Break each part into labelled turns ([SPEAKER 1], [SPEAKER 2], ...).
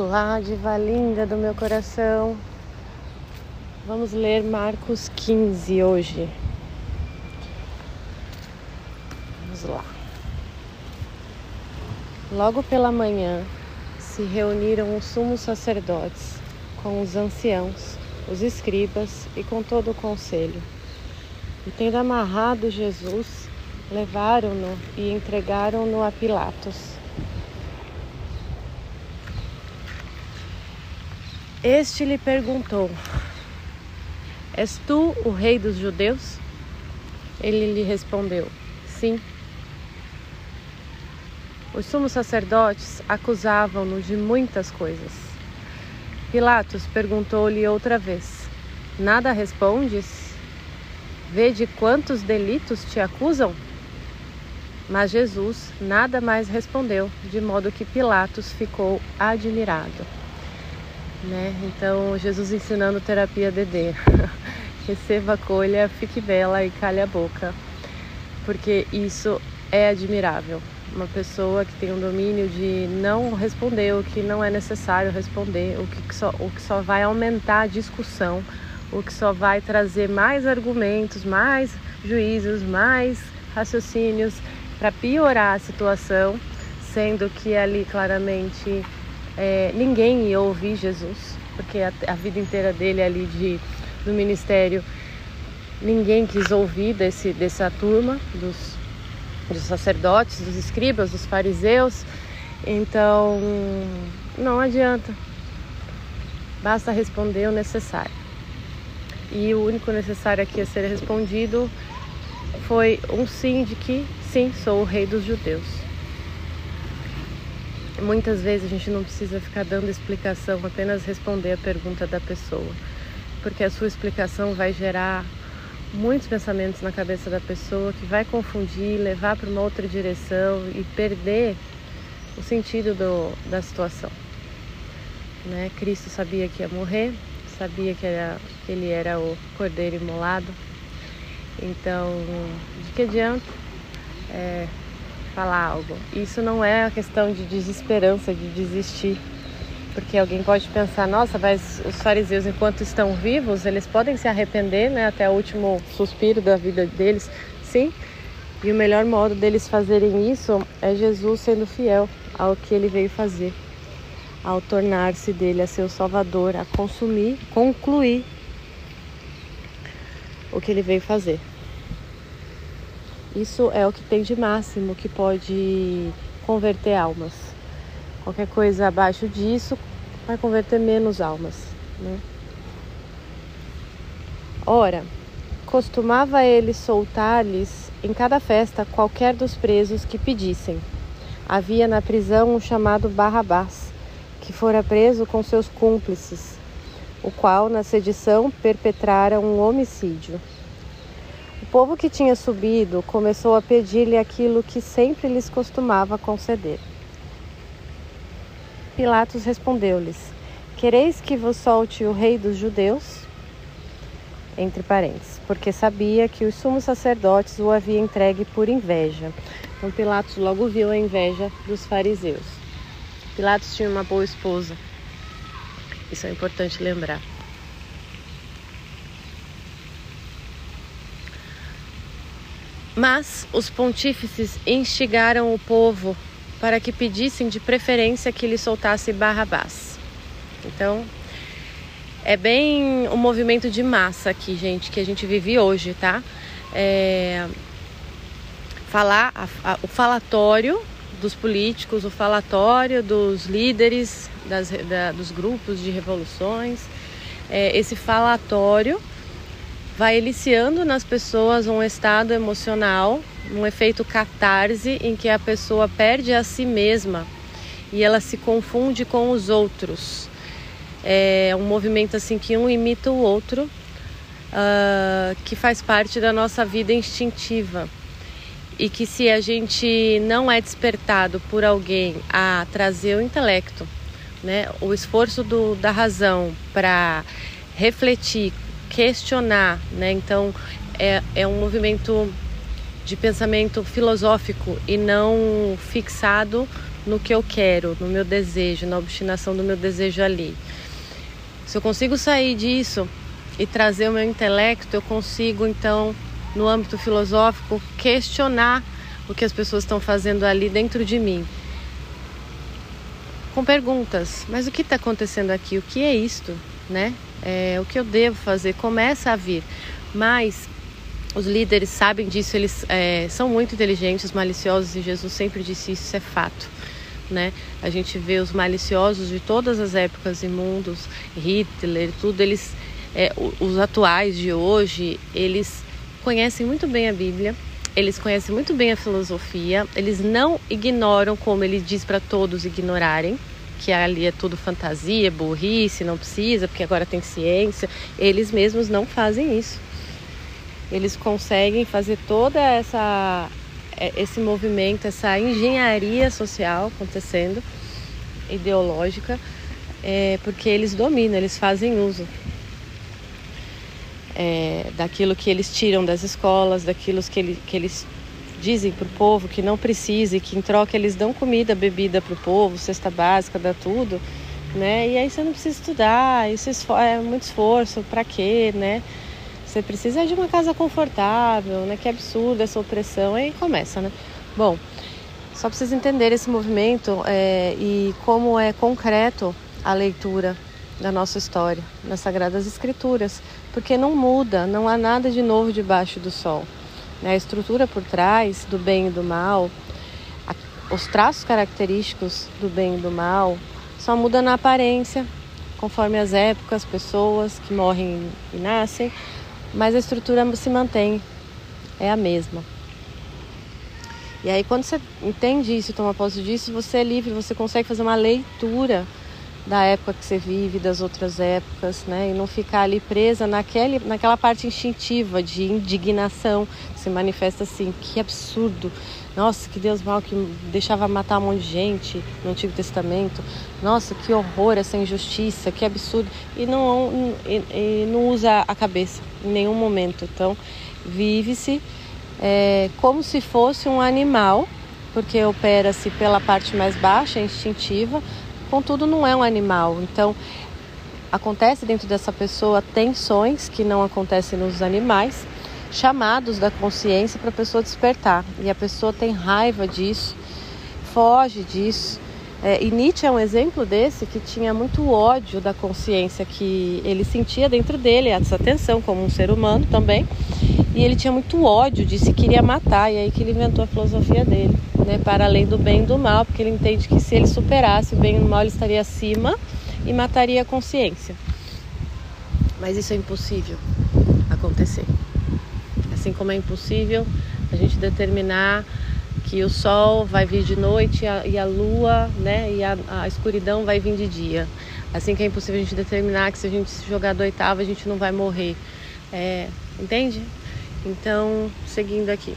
[SPEAKER 1] Olá, diva linda do meu coração. Vamos ler Marcos 15 hoje. Vamos lá. Logo pela manhã se reuniram os sumos sacerdotes com os anciãos, os escribas e com todo o conselho. E tendo amarrado Jesus, levaram-no e entregaram-no a Pilatos. Este lhe perguntou: És tu o rei dos judeus? Ele lhe respondeu: Sim. Os sumos sacerdotes acusavam-no de muitas coisas. Pilatos perguntou-lhe outra vez: Nada respondes? Vede quantos delitos te acusam? Mas Jesus nada mais respondeu, de modo que Pilatos ficou admirado. Então, Jesus ensinando terapia DD. Receba, acolha, fique bela e cale a boca. Porque isso é admirável. Uma pessoa que tem um domínio de não responder o que não é necessário responder, o que só vai aumentar a discussão, o que só vai trazer mais argumentos, mais juízos, mais raciocínios para piorar a situação, sendo que ali claramente ninguém ia ouvir Jesus, porque a vida inteira dele ali do ministério, ninguém quis ouvir dessa turma, dos sacerdotes, dos escribas, dos fariseus. Então, não adianta, basta responder o necessário. E o único necessário aqui a ser respondido foi um sim, de que sim, sou o rei dos judeus. Muitas vezes a gente não precisa ficar dando explicação, apenas responder a pergunta da pessoa, porque a sua explicação vai gerar muitos pensamentos na cabeça da pessoa, que vai confundir, levar para uma outra direção e perder o sentido da situação. Cristo sabia que ia morrer, sabia que ele era o cordeiro imolado. Então, de que adianta falar algo? Isso não é a questão de desesperança, de desistir, porque alguém pode pensar: nossa, mas os fariseus, enquanto estão vivos, eles podem se arrepender, até o último suspiro da vida deles. Sim, e o melhor modo deles fazerem isso é Jesus sendo fiel ao que ele veio fazer, ao tornar-se dele a seu salvador, a concluir o que ele veio fazer. Isso é o que tem de máximo que pode converter almas. Qualquer coisa abaixo disso vai converter menos almas. Ora, costumava ele soltar-lhes em cada festa qualquer dos presos que pedissem. Havia na prisão um chamado Barrabás, que fora preso com seus cúmplices, o qual na sedição perpetrara um homicídio. O povo que tinha subido começou a pedir-lhe aquilo que sempre lhes costumava conceder. Pilatos respondeu-lhes: Quereis que vos solte o rei dos judeus? Entre parênteses, porque sabia que os sumos sacerdotes o haviam entregue por inveja. Então Pilatos logo viu a inveja dos fariseus. Pilatos tinha uma boa esposa. Isso é importante lembrar. Mas os pontífices instigaram o povo para que pedissem de preferência que lhe soltasse Barrabás. Então, é bem um movimento de massa aqui, gente, que a gente vive hoje, tá? O falatório dos políticos, o falatório dos líderes dos grupos de revoluções. Esse falatório vai eliciando nas pessoas um estado emocional, um efeito catarse, em que a pessoa perde a si mesma e ela se confunde com os outros. É um movimento assim que um imita o outro, que faz parte da nossa vida instintiva. E que se a gente não é despertado por alguém a trazer o intelecto, o esforço da razão para refletir, questionar, então é um movimento de pensamento filosófico e não fixado no que eu quero, no meu desejo, na obstinação do meu desejo ali. Se eu consigo sair disso e trazer o meu intelecto, eu consigo então, no âmbito filosófico, questionar o que as pessoas estão fazendo ali dentro de mim. Com perguntas, mas o que está acontecendo aqui? O que é isto? Né? O que eu devo fazer? Começa a vir. Mas os líderes sabem disso, eles são muito inteligentes, maliciosos, e Jesus sempre disse isso é fato. Né? A gente vê os maliciosos de todas as épocas e mundos, Hitler, tudo, eles, os atuais de hoje, eles conhecem muito bem a Bíblia, eles conhecem muito bem a filosofia, eles não ignoram como ele diz para todos ignorarem, que ali é tudo fantasia, burrice, não precisa, porque agora tem ciência. Eles mesmos não fazem isso. Eles conseguem fazer toda esse movimento, essa engenharia social acontecendo, ideológica, porque eles dominam, eles fazem uso daquilo que eles tiram das escolas, daquilo que eles dizem para o povo que não precisa, e que em troca eles dão comida, bebida para o povo, cesta básica, dá tudo, né? E aí você não precisa estudar, isso é muito esforço, para quê, né? Você precisa de uma casa confortável, né? Que absurdo essa opressão, aí começa, né? Bom, só para vocês entenderem esse movimento e como é concreto a leitura da nossa história nas Sagradas Escrituras, porque não muda, não há nada de novo debaixo do sol. A estrutura por trás do bem e do mal, os traços característicos do bem e do mal, só muda na aparência, conforme as épocas, pessoas que morrem e nascem, mas a estrutura se mantém, é a mesma. E aí quando você entende isso e toma posse disso, você é livre, você consegue fazer uma leitura da época que você vive, das outras épocas, né? E não ficar ali presa naquela parte instintiva de indignação que se manifesta assim, que absurdo, nossa, que Deus mau que deixava matar um monte de gente no Antigo Testamento, nossa, que horror essa injustiça, que absurdo, e não usa a cabeça em nenhum momento. Então vive-se como se fosse um animal, porque opera-se pela parte mais baixa, instintiva. Contudo, não é um animal. Então, acontece dentro dessa pessoa tensões que não acontecem nos animais, chamados da consciência para a pessoa despertar. E a pessoa tem raiva disso, foge disso. E Nietzsche é um exemplo desse, que tinha muito ódio da consciência que ele sentia dentro dele, essa tensão como um ser humano também. E ele tinha muito ódio disso e queria matar, e aí que ele inventou a filosofia dele, né, para além do bem e do mal, porque ele entende que se ele superasse o bem e o mal, ele estaria acima e mataria a consciência. Mas isso é impossível acontecer. Assim como é impossível a gente determinar que o sol vai vir de noite e a lua, né, e a escuridão vai vir de dia. Assim que é impossível a gente determinar que se a gente se jogar do oitavo, a gente não vai morrer. Entende? Então, seguindo aqui.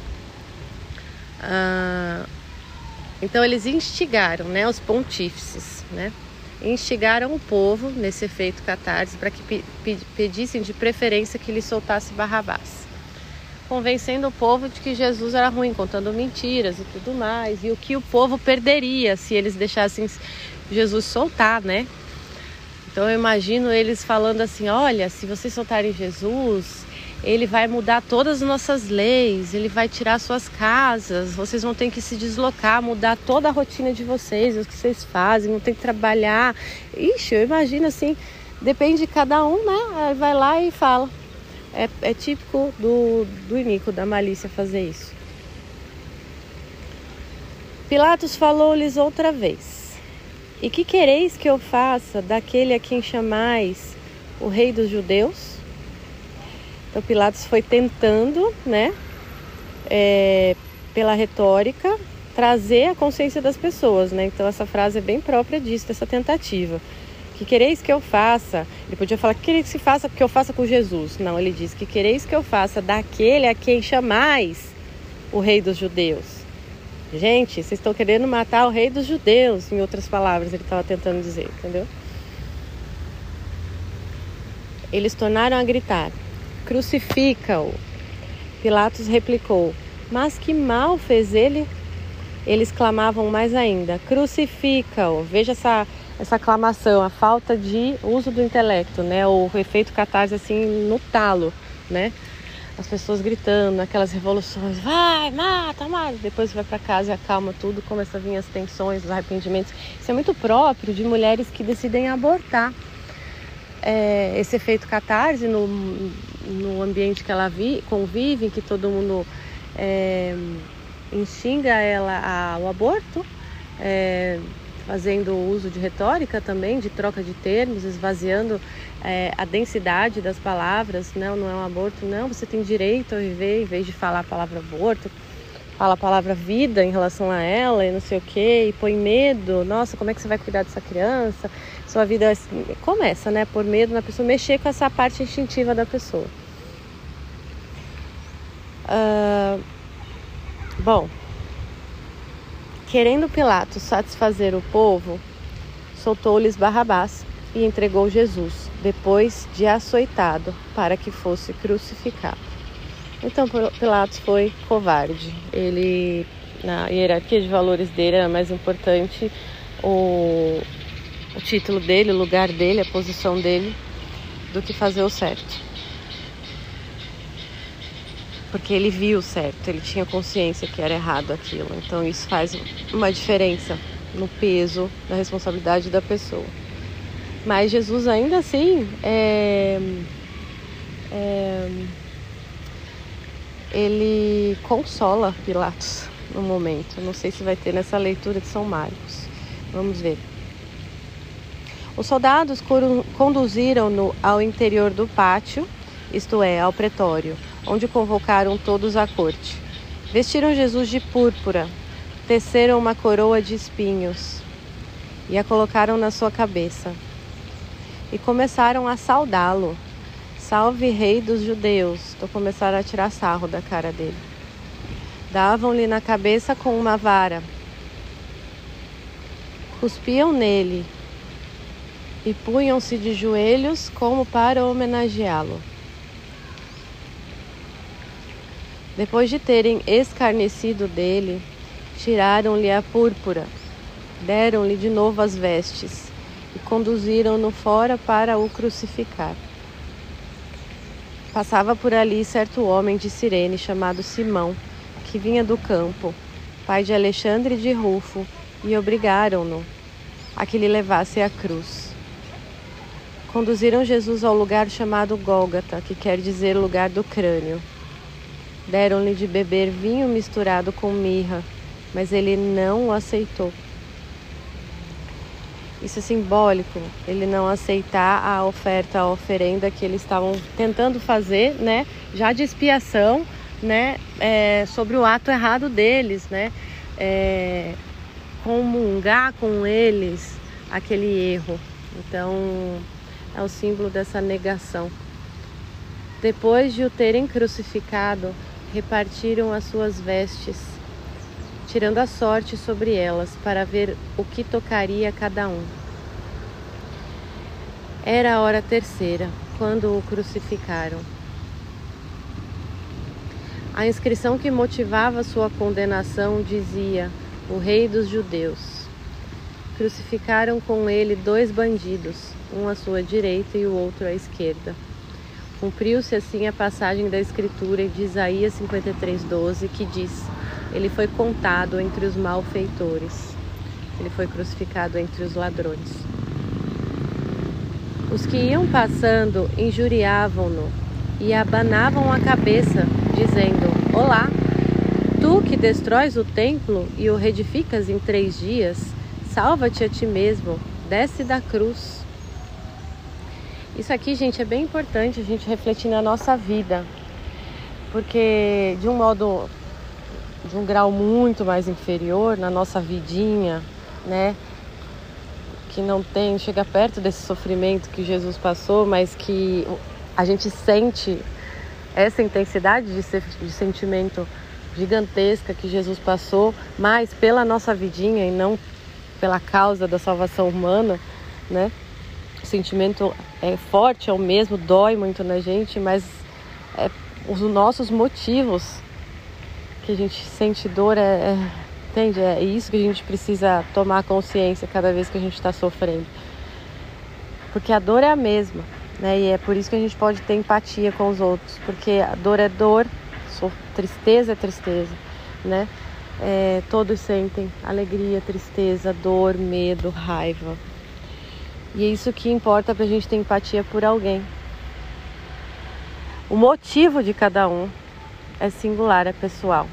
[SPEAKER 1] Então eles instigaram, né, os pontífices, né? Instigaram o povo nesse efeito catarse para que pedissem de preferência que lhe soltasse Barrabás, convencendo o povo de que Jesus era ruim, contando mentiras e tudo mais, e o que o povo perderia se eles deixassem Jesus soltar, né? Então eu imagino eles falando assim, olha, se vocês soltarem Jesus, ele vai mudar todas as nossas leis, ele vai tirar suas casas, vocês vão ter que se deslocar, mudar toda a rotina de vocês, o que vocês fazem, vão ter que trabalhar. Ixi, eu imagino assim, depende de cada um, né? Vai lá e fala. É típico do iníquo, da malícia fazer isso. Pilatos falou-lhes outra vez: e que quereis que eu faça daquele a quem chamais o rei dos judeus? Então Pilatos foi tentando, né, pela retórica, trazer a consciência das pessoas, né? Então essa frase é bem própria disso, dessa tentativa. Que quereis que eu faça? Ele podia falar, que quereis que faça porque eu faça com Jesus. Não, ele diz, que quereis que eu faça daquele a quem chamais o rei dos judeus? Gente, vocês estão querendo matar o rei dos judeus, em outras palavras, ele estava tentando dizer, entendeu? Eles tornaram a gritar: crucifica-o. Pilatos replicou: mas que mal fez ele? eles clamavam mais ainda: crucifica-o. Veja essa aclamação, a falta de uso do intelecto, né? O efeito catarse assim no talo, né? As pessoas gritando, aquelas revoluções, vai, mata, mata. Depois vai para casa e acalma tudo, começa a vir as tensões, os arrependimentos. Isso é muito próprio de mulheres que decidem abortar. Esse efeito catarse no ambiente que ela convive, em que todo mundo instiga ela ao aborto, fazendo uso de retórica também, de troca de termos, esvaziando a densidade das palavras. Não é um aborto, não, você tem direito a viver, em vez de falar a palavra aborto, fala a palavra vida em relação a ela e não sei o que, e põe medo. Nossa, como é que você vai cuidar dessa criança? Sua vida começa, né, por medo na pessoa, mexer com essa parte instintiva da pessoa. Bom, querendo Pilatos satisfazer o povo, soltou-lhes Barrabás e entregou Jesus, depois de açoitado, para que fosse crucificado. Então Pilatos foi covarde. Ele, na hierarquia de valores dele, era mais importante o título dele, o lugar dele, a posição dele, do que fazer o certo. Porque ele viu o certo, ele tinha consciência que era errado aquilo. Então isso faz uma diferença no peso da responsabilidade da pessoa. Mas Jesus ainda assim ele consola Pilatos no momento. Não sei se vai ter nessa leitura de São Marcos. Vamos ver. Os soldados conduziram-no ao interior do pátio, isto é, ao pretório, onde convocaram todos à corte. Vestiram Jesus de púrpura, teceram uma coroa de espinhos e a colocaram na sua cabeça. E começaram a saudá-lo. Salve, rei dos judeus! Então começaram a tirar sarro da cara dele. Davam-lhe na cabeça com uma vara. Cuspiam nele e punham-se de joelhos como para homenageá-lo. Depois de terem escarnecido dele, tiraram-lhe a púrpura, deram-lhe de novo as vestes e conduziram-no fora para o crucificar. Passava por ali certo homem de Cirene chamado Simão, que vinha do campo, pai de Alexandre e de Rufo, e obrigaram-no a que lhe levasse a cruz. Conduziram Jesus ao lugar chamado Gólgota, que quer dizer lugar do crânio. Deram-lhe de beber vinho misturado com mirra, mas ele não o aceitou. Isso é simbólico, ele não aceitar a oferta, a oferenda que eles estavam tentando fazer, né, já de expiação, né, sobre o ato errado deles, né, comungar com eles aquele erro. Então, é o símbolo dessa negação. Depois de o terem crucificado, repartiram as suas vestes, tirando a sorte sobre elas, para ver o que tocaria cada um. Era a hora terceira, quando o crucificaram. A inscrição que motivava sua condenação dizia: o rei dos judeus. Crucificaram com ele 2 bandidos, um à sua direita e o outro à esquerda. Cumpriu-se assim a passagem da Escritura de Isaías 53:12, que diz: ele foi contado entre os malfeitores. Ele foi crucificado entre os ladrões. Os que iam passando injuriavam-no e abanavam a cabeça, dizendo: olá, tu que destróis o templo e o reedificas em 3 dias, salva-te a ti mesmo, desce da cruz. Isso aqui, gente, é bem importante a gente refletir na nossa vida, porque de um grau muito mais inferior, na nossa vidinha, né, que não chega perto desse sofrimento que Jesus passou, mas que a gente sente essa intensidade de sentimento gigantesca que Jesus passou, mas pela nossa vidinha e não pela causa da salvação humana, né? O sentimento é forte, é o mesmo, dói muito na gente, mas os nossos motivos que a gente sente dor Entende? É isso que a gente precisa tomar consciência cada vez que a gente está sofrendo. Porque a dor é a mesma, né? E é por isso que a gente pode ter empatia com os outros. Porque a dor é dor, tristeza é tristeza, né? Todos sentem alegria, tristeza, dor, medo, raiva. E é isso que importa pra gente ter empatia por alguém. O motivo de cada um é singular, é pessoal.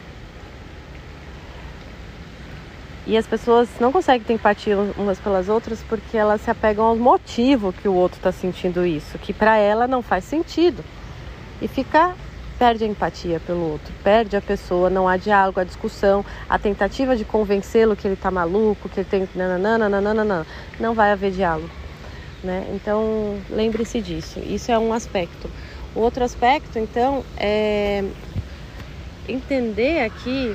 [SPEAKER 1] E as pessoas não conseguem ter empatia umas pelas outras porque elas se apegam ao motivo que o outro está sentindo isso, que para ela não faz sentido. E perde a empatia pelo outro, perde a pessoa, não há diálogo, a discussão, a tentativa de convencê-lo que ele está maluco, que ele tem... Não vai haver diálogo, né? Então, lembre-se disso. Isso é um aspecto. O outro aspecto, então, é entender aqui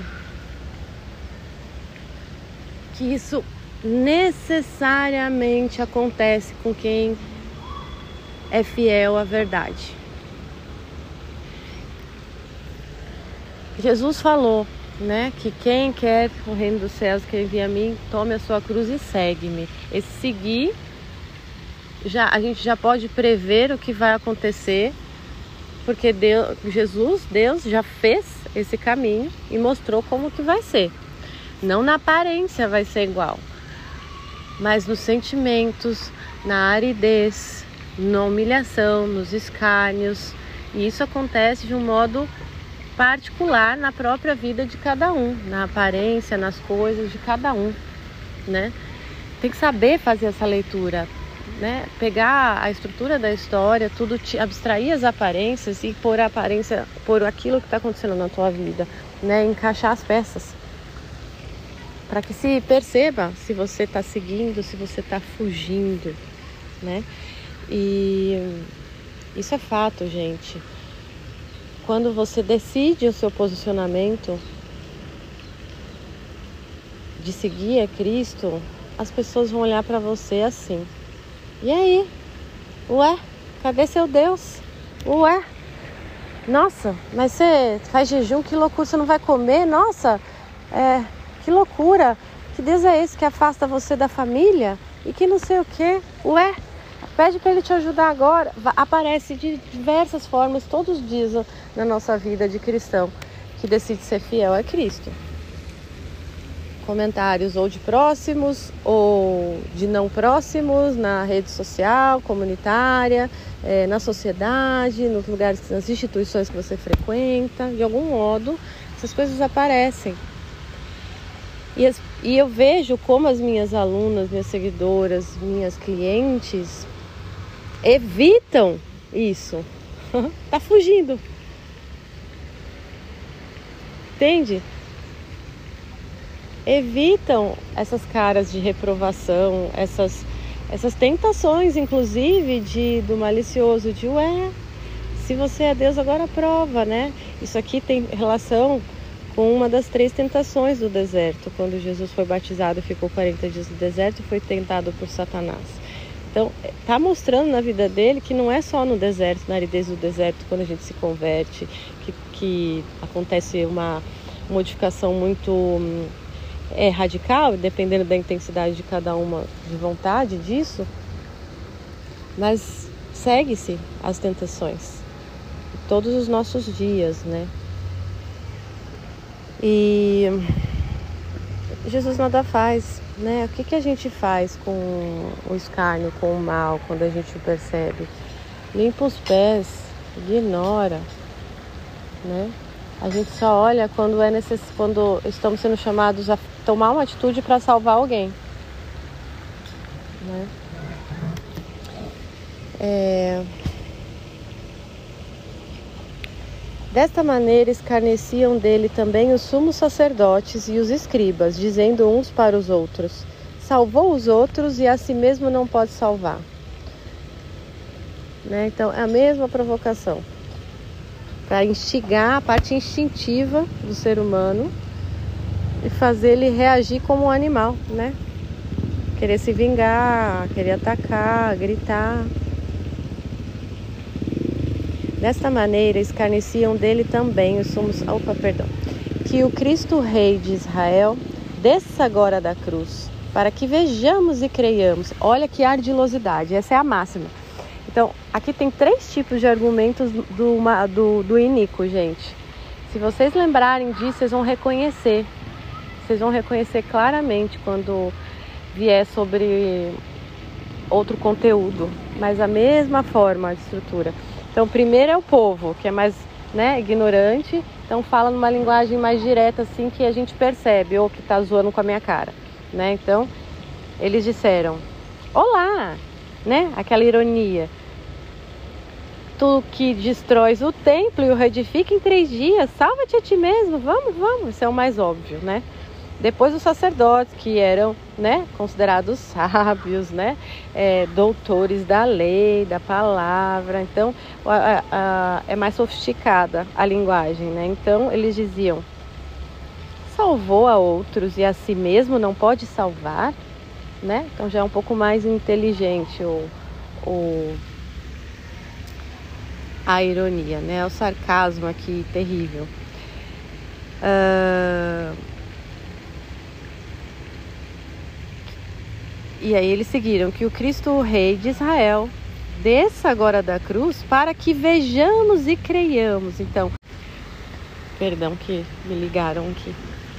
[SPEAKER 1] que isso necessariamente acontece com quem é fiel à verdade. Jesus falou, né, que quem quer o reino dos céus, quem envia a mim, tome a sua cruz e segue-me. Esse seguir, a gente já pode prever o que vai acontecer, porque Deus já fez esse caminho e mostrou como que vai ser. Não na aparência vai ser igual, mas nos sentimentos, na aridez, na humilhação, nos escárnios. E isso acontece de um modo particular na própria vida de cada um, na aparência, nas coisas de cada um, né? Tem que saber fazer essa leitura, né? Pegar a estrutura da história, tudo, abstrair as aparências e pôr aquilo que está acontecendo na tua vida, né? Encaixar as peças. Para que se perceba se você está seguindo, se você está fugindo, né? E isso é fato, gente. Quando você decide o seu posicionamento de seguir a Cristo, as pessoas vão olhar para você assim. E aí? Ué? Cadê seu Deus? Ué? Nossa, mas você faz jejum, que loucura, você não vai comer? Nossa, que loucura, que Deus é esse que afasta você da família e que não sei o que, ué, pede para ele te ajudar agora. Aparece de diversas formas todos os dias na nossa vida de cristão que decide ser fiel a Cristo. Comentários ou de próximos ou de não próximos na rede social, comunitária, na sociedade, nos lugares, nas instituições que você frequenta, de algum modo essas coisas aparecem. E eu vejo como as minhas alunas, minhas seguidoras, minhas clientes evitam isso. Tá fugindo. Entende? Evitam essas caras de reprovação, essas tentações, inclusive, do malicioso, de se você é Deus, agora prova, né? Isso aqui tem relação com uma das 3 tentações do deserto, quando Jesus foi batizado, ficou 40 dias no deserto e foi tentado por Satanás. Então, está mostrando na vida dele que não é só no deserto, na aridez do deserto, quando a gente se converte, que acontece uma modificação muito radical, dependendo da intensidade de cada uma de vontade disso, mas segue-se as tentações todos os nossos dias, né? E Jesus nada faz, né? O que a gente faz com o escárnio, com o mal, quando a gente o percebe? Limpa os pés, ignora, né? A gente só olha quando quando estamos sendo chamados a tomar uma atitude para salvar alguém, né? Desta maneira escarneciam dele também os sumos sacerdotes e os escribas, dizendo uns para os outros: salvou os outros e a si mesmo não pode salvar. Né? Então é a mesma provocação, para instigar a parte instintiva do ser humano e fazer ele reagir como um animal, né? Querer se vingar, querer atacar, gritar. Desta maneira escarneciam dele também os sumos... que o Cristo Rei de Israel desça agora da cruz, para que vejamos e creiamos. Olha que ardilosidade, essa é a máxima. Então, aqui tem 3 tipos de argumentos do iníquo, gente. Se vocês lembrarem disso, vocês vão reconhecer. Vocês vão reconhecer claramente quando vier sobre outro conteúdo, mas a mesma forma de estrutura. Então, primeiro é o povo, que é mais, ignorante, então fala numa linguagem mais direta, assim, que a gente percebe, ou que tá zoando com a minha cara, Então, eles disseram, olá, aquela ironia. Tu que destróis o templo e o reedifica em 3 dias, salva-te a ti mesmo, vamos, isso é o mais óbvio, Depois os sacerdotes, que eram, considerados sábios, doutores da lei, da palavra. Então, é mais sofisticada a linguagem, Então, eles diziam, salvou a outros e a si mesmo não pode salvar, Então, já é um pouco mais inteligente a ironia, o sarcasmo aqui terrível. E aí eles seguiram que o Cristo, o Rei de Israel, desça agora da cruz para que vejamos e creiamos. Então, perdão que me ligaram aqui.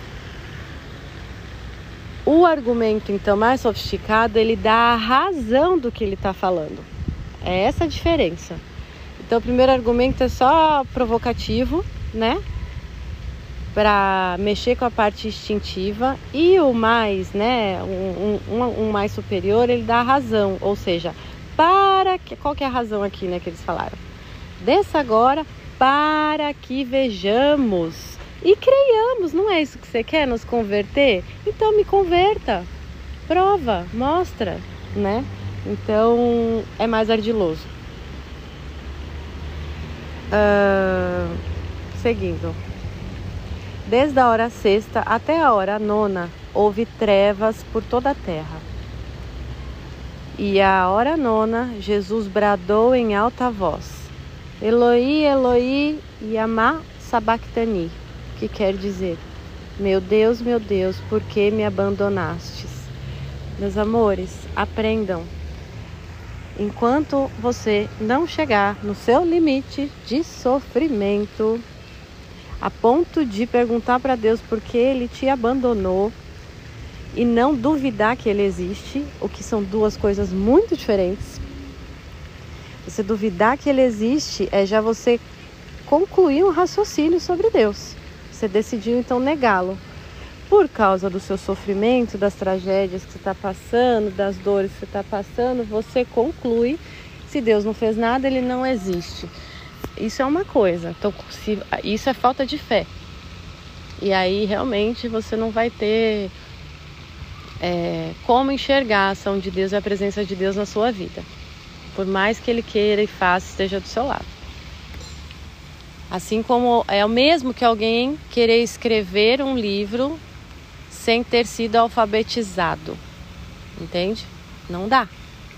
[SPEAKER 1] O argumento, então, mais sofisticado, ele dá a razão do que ele está falando. É essa a diferença. Então, o primeiro argumento é só provocativo, para mexer com a parte instintiva, e o mais, um mais superior, ele dá a razão, ou seja, qual que é a razão aqui, que eles falaram? Desça agora para que vejamos e creiamos. Não é isso que você quer, nos converter? Então me converta, prova, mostra, Então é mais ardiloso. Seguindo. Desde a hora 6ª até a hora 9ª, houve trevas por toda a terra. E à hora 9ª, Jesus bradou em alta voz, Eloi, Eloi, lama sabachthani, que quer dizer, meu Deus, por que me abandonastes? Meus amores, aprendam. Enquanto você não chegar no seu limite de sofrimento, a ponto de perguntar para Deus por que Ele te abandonou e não duvidar que Ele existe, o que são 2 coisas muito diferentes. Você duvidar que Ele existe é já você concluir um raciocínio sobre Deus. Você decidiu então negá-lo. Por causa do seu sofrimento, das tragédias que você está passando, das dores que você está passando, você conclui, se Deus não fez nada, Ele não existe. Isso é uma coisa, então isso é falta de fé. E aí realmente você não vai ter como enxergar a ação de Deus e a presença de Deus na sua vida. Por mais que Ele queira e faça, esteja do seu lado. Assim como é o mesmo que alguém querer escrever um livro sem ter sido alfabetizado. Entende? Não dá.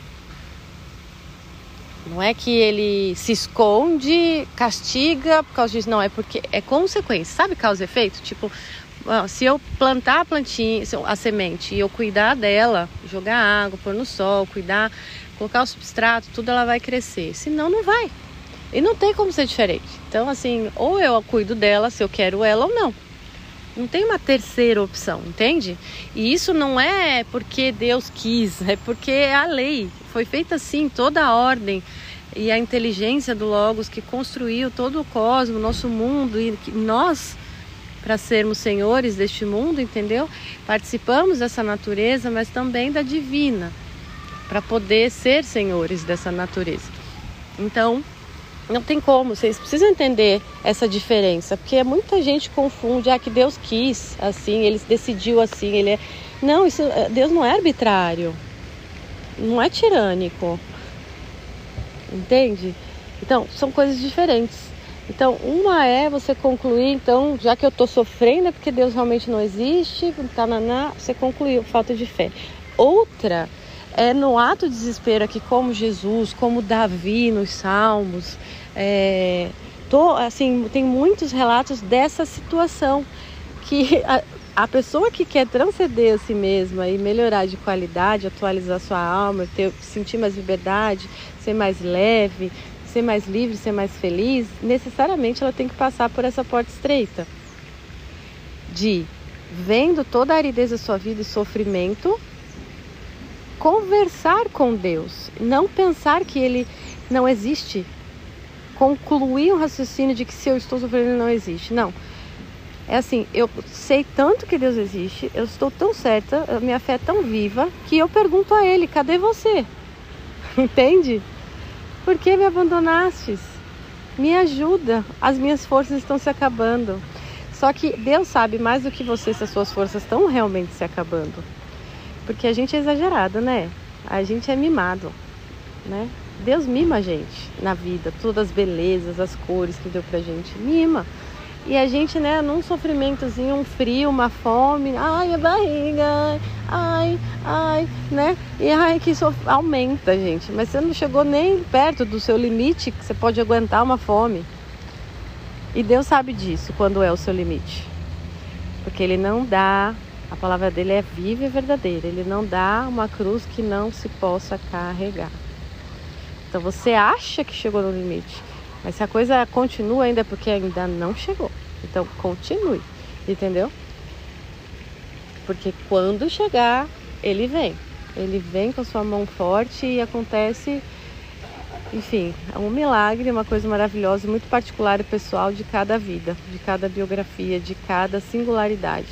[SPEAKER 1] Não é que ele se esconde, castiga por causa disso. Não, é porque é consequência. Sabe causa e efeito? Tipo, se eu plantar a plantinha, a semente, e eu cuidar dela, jogar água, pôr no sol, cuidar, colocar o substrato, tudo, ela vai crescer. Senão não vai. E não tem como ser diferente. Então, assim, ou eu cuido dela, se eu quero ela ou não. Não tem uma terceira opção, entende? E isso não é porque Deus quis, é porque é a lei. Foi feita assim, toda a ordem e a inteligência do Logos que construiu todo o cosmos, nosso mundo, e nós, para sermos senhores deste mundo, entendeu? Participamos dessa natureza, mas também da divina, para poder ser senhores dessa natureza. Então, não tem como, vocês precisam entender essa diferença, porque muita gente confunde, que Deus quis assim, Ele decidiu assim, Ele é... Não, Deus não é arbitrário, não é tirânico, entende? Então, são coisas diferentes. Então, uma é você concluir, então, já que eu estou sofrendo é porque Deus realmente não existe, você concluiu, falta de fé. Outra é no ato de desespero aqui, como Jesus, como Davi nos Salmos, assim, tem muitos relatos dessa situação, que A pessoa que quer transcender a si mesma e melhorar de qualidade, atualizar sua alma, sentir mais liberdade, ser mais leve, ser mais livre, ser mais feliz, necessariamente ela tem que passar por essa porta estreita. De, vendo toda a aridez da sua vida e sofrimento, conversar com Deus, não pensar que Ele não existe, concluir o raciocínio de que se eu estou sofrendo Ele não existe, não. É assim, eu sei tanto que Deus existe, eu estou tão certa, a minha fé é tão viva, que eu pergunto a Ele, cadê você? Entende? Por que me abandonastes? Me ajuda, as minhas forças estão se acabando. Só que Deus sabe mais do que você se as suas forças estão realmente se acabando. Porque a gente é exagerado, né? A gente é mimado, né? Deus mima a gente na vida, todas as belezas, as cores que deu pra gente, mima. E a gente, né, num sofrimentozinho, um frio, uma fome, ai, a barriga, ai, né? E ai, que isso aumenta, gente. Mas você não chegou nem perto do seu limite, que você pode aguentar uma fome. E Deus sabe disso, quando é o seu limite. Porque Ele não dá, a palavra dele é viva e verdadeira. Ele não dá uma cruz que não se possa carregar. Então você acha que chegou no limite. Mas se a coisa continua ainda é porque ainda não chegou. Então continue, entendeu? Porque quando chegar, Ele vem. Ele vem com a sua mão forte e acontece, enfim, é um milagre, uma coisa maravilhosa, muito particular e pessoal de cada vida, de cada biografia, de cada singularidade.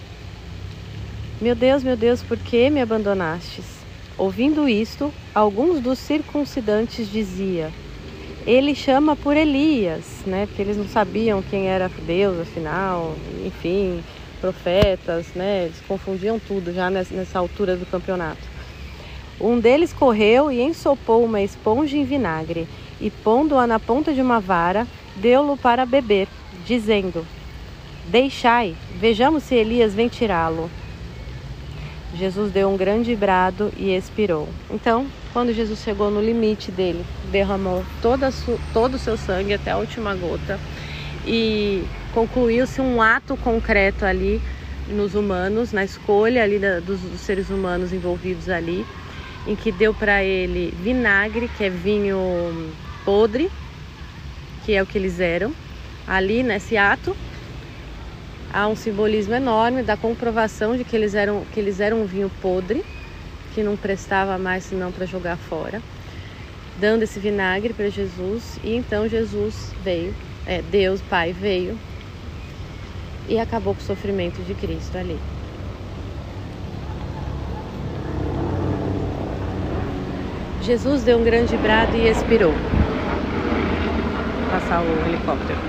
[SPEAKER 1] Meu Deus, por que me abandonastes? Ouvindo isto, alguns dos circuncidantes diziam: Ele chama por Elias, né? Porque eles não sabiam quem era Deus, afinal, enfim, profetas, né? Eles confundiam tudo já nessa altura do campeonato. Um deles correu e ensopou uma esponja em vinagre e, pondo-a na ponta de uma vara, deu-lo para beber, dizendo: Deixai, vejamos se Elias vem tirá-lo. Jesus deu um grande brado e expirou. Então, quando Jesus chegou no limite dele, derramou todo o seu sangue até a última gota e concluiu-se um ato concreto ali nos humanos, na escolha ali dos seres humanos envolvidos ali, em que deu para ele vinagre, que é vinho podre, que é o que eles eram. Ali nesse ato há um simbolismo enorme da comprovação de que eles eram um vinho podre, que não prestava mais senão para jogar fora, dando esse vinagre para Jesus. E então Jesus veio, Deus Pai veio e acabou com o sofrimento de Cristo ali. Jesus deu um grande brado e expirou. Vou passar o helicóptero.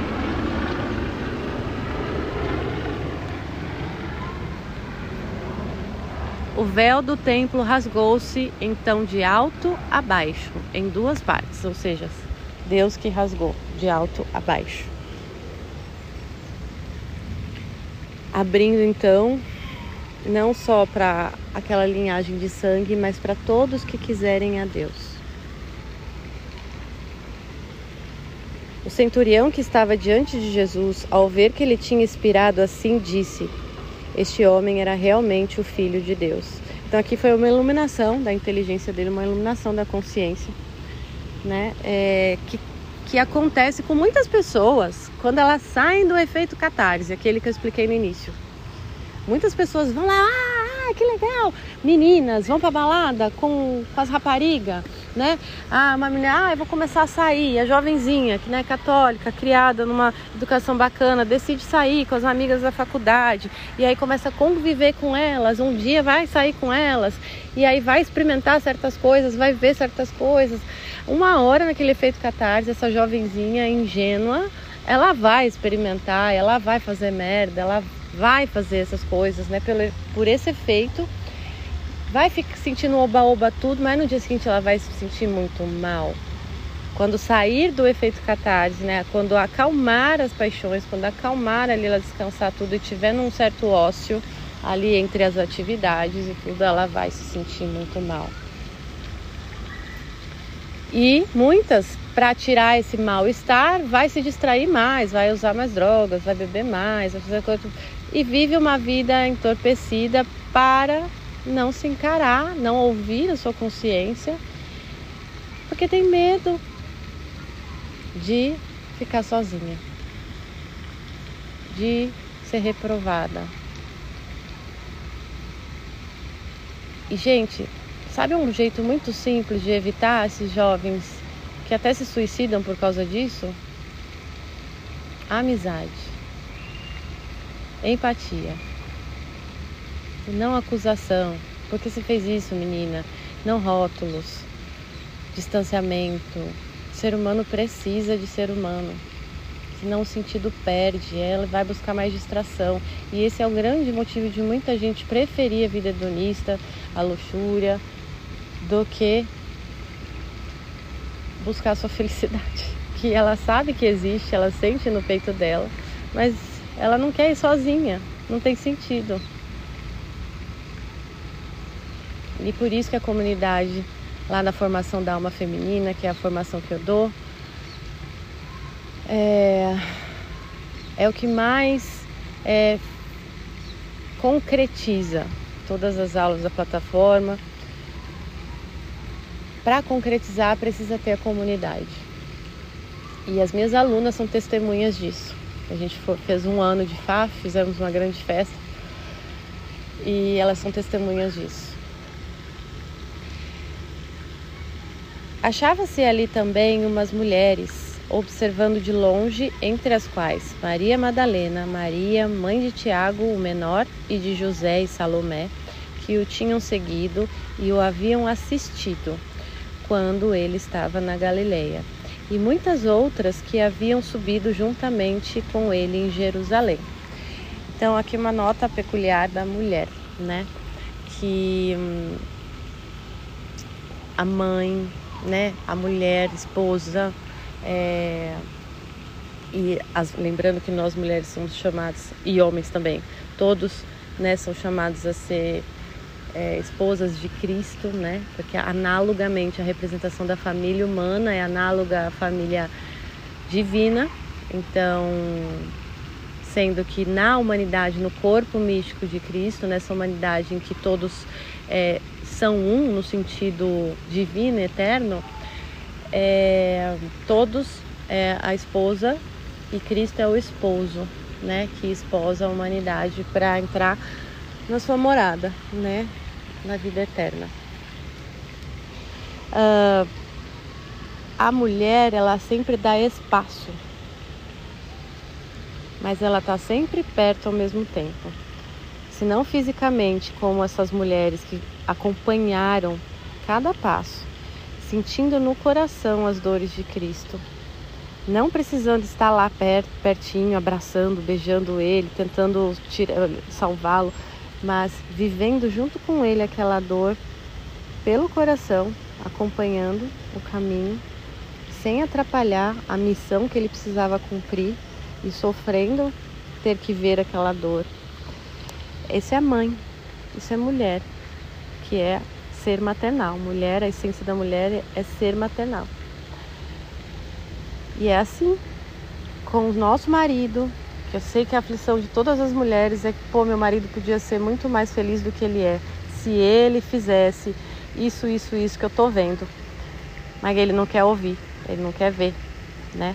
[SPEAKER 1] O véu do templo rasgou-se então de alto a baixo, em duas partes, ou seja, Deus que rasgou de alto a baixo. Abrindo então, não só para aquela linhagem de sangue, mas para todos que quiserem a Deus. O centurião que estava diante de Jesus, ao ver que ele tinha expirado assim, disse: Este homem era realmente o Filho de Deus. Então aqui foi uma iluminação da inteligência dele, uma iluminação da consciência, né? Que acontece com muitas pessoas quando elas saem do efeito catarse, aquele que eu expliquei no início. Muitas pessoas vão lá, que legal, meninas vão pra balada com as raparigas, né? Uma menina, eu vou começar a sair, a jovenzinha, que, né, católica, criada numa educação bacana, decide sair com as amigas da faculdade, e aí começa a conviver com elas, um dia vai sair com elas, e aí vai experimentar certas coisas, vai ver certas coisas. Uma hora naquele efeito catarse, essa jovenzinha ingênua, ela vai experimentar, ela vai fazer merda, ela vai fazer essas coisas, né? Por esse efeito, vai ficar sentindo oba-oba tudo, mas no dia seguinte ela vai se sentir muito mal. Quando sair do efeito catarse, né? Quando acalmar as paixões, quando acalmar ali, ela descansar tudo e tiver num certo ócio ali entre as atividades e tudo, ela vai se sentir muito mal. E muitas, para tirar esse mal-estar, vai se distrair mais, vai usar mais drogas, vai beber mais, vai fazer coisa, e vive uma vida entorpecida para não se encarar, não ouvir a sua consciência, porque tem medo de ficar sozinha, de ser reprovada. E, gente, sabe um jeito muito simples de evitar esses jovens que até se suicidam por causa disso? Amizade, empatia, e não acusação. Por que você fez isso, menina? Não rótulos, distanciamento. O ser humano precisa de ser humano, senão o sentido perde, ela vai buscar mais distração. E esse é o grande motivo de muita gente preferir a vida hedonista, a luxúria, do que buscar a sua felicidade, que ela sabe que existe, ela sente no peito dela, mas ela não quer ir sozinha, não tem sentido. E por isso que a comunidade, lá na formação da alma feminina, que é a formação que eu dou, é o que mais concretiza todas as aulas da plataforma. Para concretizar, precisa ter a comunidade. E as minhas alunas são testemunhas disso. A gente fez 1 ano de FAF, fizemos uma grande festa, e elas são testemunhas disso. Achava-se ali também umas mulheres, observando de longe, entre as quais Maria Madalena, Maria, mãe de Tiago, o menor, e de José e Salomé, que o tinham seguido e o haviam assistido quando ele estava na Galileia, e muitas outras que haviam subido juntamente com ele em Jerusalém. Então, aqui uma nota peculiar da mulher, né? Que a mãe, né? A mulher, esposa, lembrando que nós mulheres somos chamadas, e homens também, todos, né, são chamados a ser esposas de Cristo, né? Porque analogamente a representação da família humana é análoga à família divina. Então, sendo que na humanidade, no corpo místico de Cristo, nessa humanidade em que todos são um no sentido divino, eterno, todos a esposa, e Cristo é o esposo, né? Que esposa a humanidade para entrar na sua morada, né? Na vida eterna. A mulher, ela sempre dá espaço, mas ela está sempre perto ao mesmo tempo. Se não fisicamente, como essas mulheres que acompanharam cada passo, sentindo no coração as dores de Cristo, não precisando estar lá pertinho, abraçando, beijando ele, tentando salvá-lo, mas vivendo junto com ele aquela dor pelo coração, acompanhando o caminho, sem atrapalhar a missão que ele precisava cumprir e sofrendo ter que ver aquela dor. Essa é a mãe, isso é mulher, que é ser maternal. Mulher, a essência da mulher é ser maternal. E é assim com o nosso marido, que eu sei que a aflição de todas as mulheres é que, meu marido podia ser muito mais feliz do que ele é, se ele fizesse isso que eu tô vendo. Mas ele não quer ouvir, ele não quer ver, né?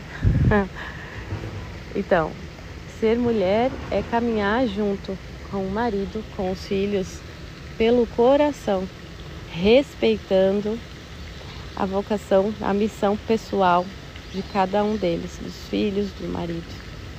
[SPEAKER 1] Então, ser mulher é caminhar junto com o marido, com os filhos, pelo coração, respeitando a vocação, a missão pessoal de cada um deles, dos filhos, do marido.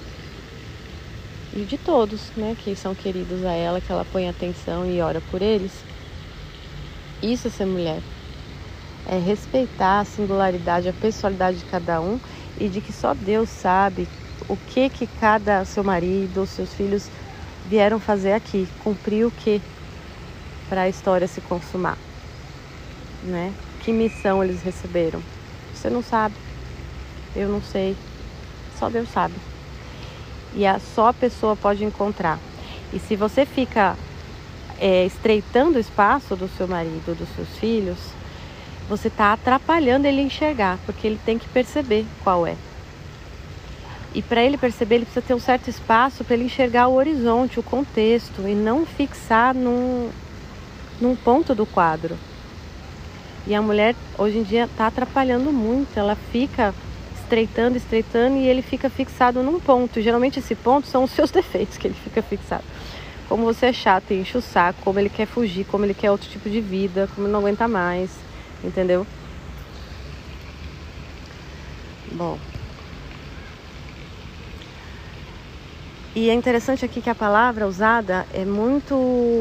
[SPEAKER 1] E de todos, né, que são queridos a ela, que ela põe atenção e ora por eles. Isso é ser mulher. É respeitar a singularidade, a pessoalidade de cada um, e de que só Deus sabe o que cada seu marido ou seus filhos vieram fazer aqui, cumprir o que para a história se consumar, né? Que missão eles receberam? Você não sabe, eu não sei, só Deus sabe. E só a pessoa pode encontrar. E se você fica estreitando o espaço do seu marido, dos seus filhos, você está atrapalhando ele enxergar, porque ele tem que perceber qual é. E para ele perceber, ele precisa ter um certo espaço para ele enxergar o horizonte, o contexto, e não fixar num ponto do quadro. E a mulher, hoje em dia, está atrapalhando muito. Ela fica estreitando, e ele fica fixado num ponto. Geralmente esse ponto são os seus defeitos que ele fica fixado. Como você é chato e enche o saco, como ele quer fugir, como ele quer outro tipo de vida, como ele não aguenta mais, entendeu? Bom. E é interessante aqui que a palavra usada é muito...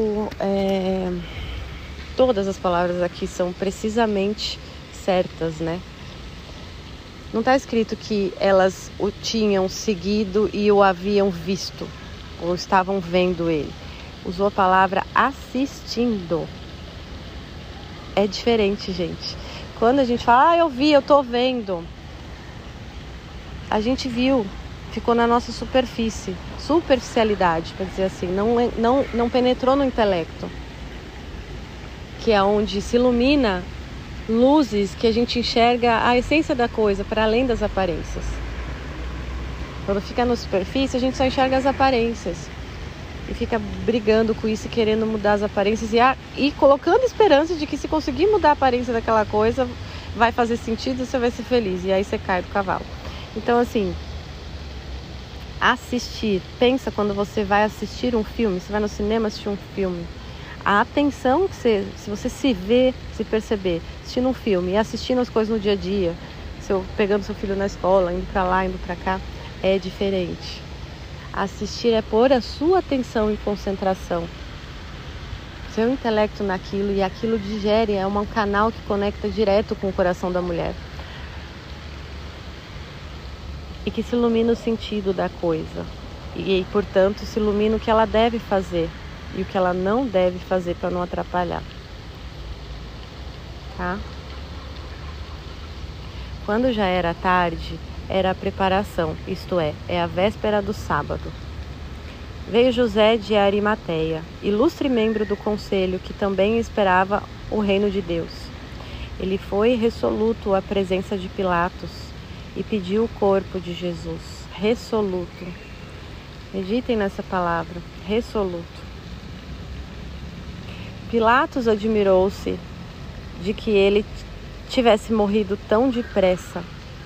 [SPEAKER 1] Todas as palavras aqui são precisamente certas, né? Não está escrito que elas o tinham seguido e o haviam visto, ou estavam vendo ele. Usou a palavra assistindo. É diferente, gente. Quando a gente fala, eu vi, eu tô vendo. A gente viu, ficou na nossa superficialidade, para dizer assim, não penetrou no intelecto, que é onde se ilumina luzes que a gente enxerga a essência da coisa, para além das aparências. Quando fica na superfície, a gente só enxerga as aparências e fica brigando com isso e querendo mudar as aparências e colocando esperança de que se conseguir mudar a aparência daquela coisa vai fazer sentido, você vai ser feliz, e aí você cai do cavalo. Então, assim, assistir, pensa quando você vai assistir um filme, você vai no cinema assistir um filme, a atenção que se você se vê, se perceber, assistindo um filme e assistindo as coisas no dia a dia, pegando seu filho na escola, indo pra lá, indo pra cá, é diferente. Assistir é pôr a sua atenção em concentração, seu intelecto naquilo, e aquilo digere, é um canal que conecta direto com o coração da mulher. E que se ilumina o sentido da coisa. E portanto, se ilumina o que ela deve fazer e o que ela não deve fazer para não atrapalhar. Tá? Quando já era tarde, era a preparação, isto é a véspera do sábado. Veio José de Arimateia, ilustre membro do conselho, que também esperava o reino de Deus. Ele foi resoluto à presença de Pilatos e pediu o corpo de Jesus. Resoluto. Meditem nessa palavra, resoluto. Pilatos admirou-se de que ele tivesse morrido tão depressa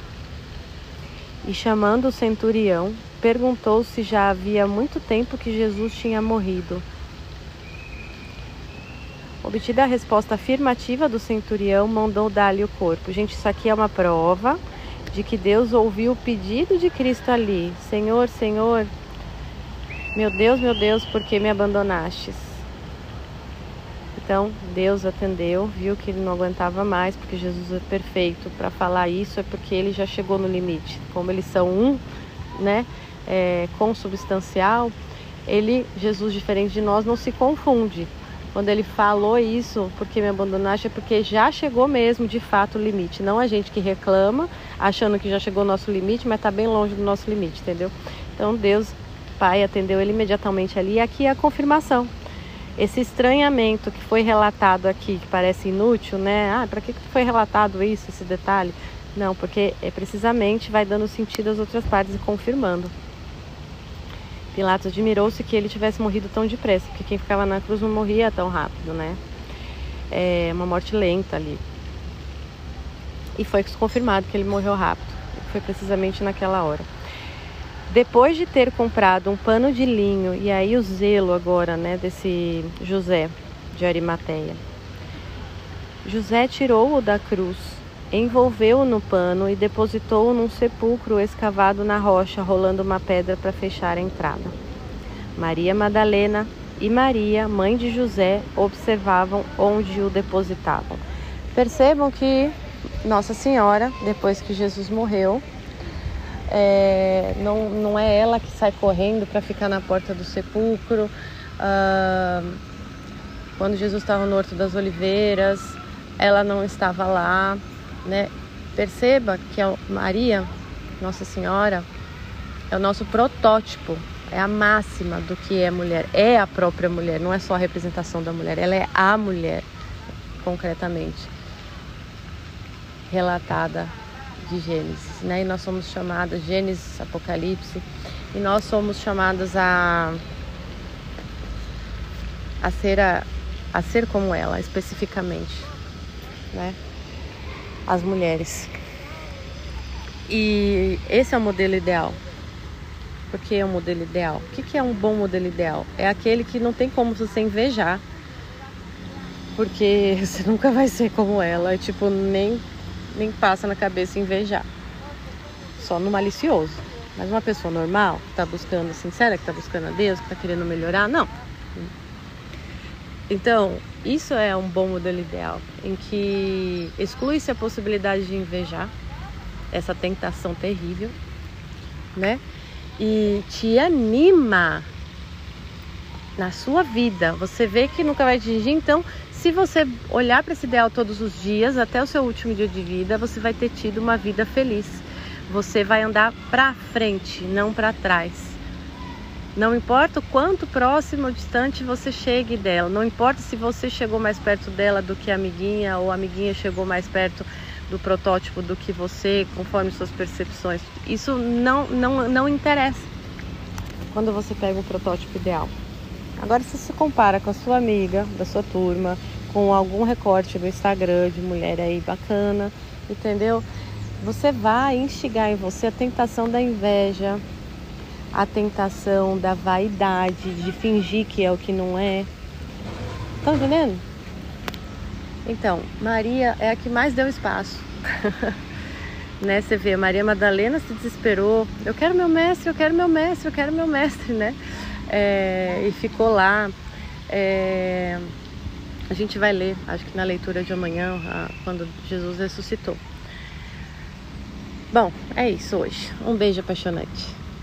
[SPEAKER 1] e, chamando o centurião, perguntou se já havia muito tempo que Jesus tinha morrido. Obtida a resposta afirmativa do centurião, mandou dar-lhe o corpo. Gente, isso aqui é uma prova de que Deus ouviu o pedido de Cristo ali. Senhor, Senhor, meu Deus, por que me abandonastes? Então, Deus atendeu, viu que ele não aguentava mais, porque Jesus é perfeito. Para falar isso é porque ele já chegou no limite. Como eles são um, né, consubstancial, Jesus, diferente de nós, não se confunde. Quando ele falou isso, porque me abandonaste, é porque já chegou mesmo, de fato, o limite. Não a gente que reclama, achando que já chegou o nosso limite, mas está bem longe do nosso limite, entendeu? Então, Deus, Pai, atendeu ele imediatamente ali. E aqui é a confirmação. Esse estranhamento que foi relatado aqui, que parece inútil, né? Para que foi relatado isso, esse detalhe? Não, porque precisamente vai dando sentido às outras partes e confirmando. Pilatos admirou-se que ele tivesse morrido tão depressa, porque quem ficava na cruz não morria tão rápido, né? É uma morte lenta ali. E foi confirmado que ele morreu rápido. Foi precisamente naquela hora. Depois de ter comprado um pano de linho, e aí o zelo agora, né, desse José de Arimateia. José tirou-o da cruz, envolveu-o no pano e depositou-o num sepulcro escavado na rocha, rolando uma pedra para fechar a entrada. Maria Madalena e Maria, mãe de José, observavam onde o depositavam. Percebam que Nossa Senhora, depois que Jesus morreu, não é ela que sai correndo para ficar na porta do sepulcro. Quando Jesus estava no Horto das Oliveiras, ela não estava lá, né? Perceba que a Maria, Nossa Senhora, é o nosso protótipo, é a máxima do que é mulher, é a própria mulher, não é só a representação da mulher, ela é a mulher, concretamente. relatada de Gênesis, né? E nós somos chamadas, Gênesis, Apocalipse, e nós somos chamadas a ser como ela, especificamente, né? As mulheres. E esse é o modelo ideal. Por que é um modelo ideal? O que é um bom modelo ideal? É aquele que não tem como você invejar, porque você nunca vai ser como ela, e tipo, nem passa na cabeça invejar. Só no malicioso. Mas uma pessoa normal, que tá buscando, sincera, que tá buscando a Deus, que tá querendo melhorar, não. Então, isso é um bom modelo ideal, em que exclui-se a possibilidade de invejar, essa tentação terrível, né? E te anima na sua vida. Você vê que nunca vai atingir, então, se você olhar para esse ideal todos os dias, até o seu último dia de vida, você vai ter tido uma vida feliz. Você vai andar para frente, não para trás. Não importa o quanto próximo ou distante você chegue dela, não importa se você chegou mais perto dela do que a amiguinha, ou a amiguinha chegou mais perto do protótipo do que você, conforme suas percepções. Isso não interessa quando você pega o protótipo ideal. Agora, se você compara com a sua amiga, da sua turma, com algum recorte do Instagram de mulher aí bacana, entendeu? Você vai instigar em você a tentação da inveja, a tentação da vaidade, de fingir que é o que não é. Estão entendendo? Então, Maria é a que mais deu espaço. Né? Você vê, Maria Madalena se desesperou. Eu quero meu mestre, eu quero meu mestre, eu quero meu mestre, né? E ficou lá. A gente vai ler, acho que na leitura de amanhã, quando Jesus ressuscitou. Bom, é isso hoje. Um beijo apaixonante.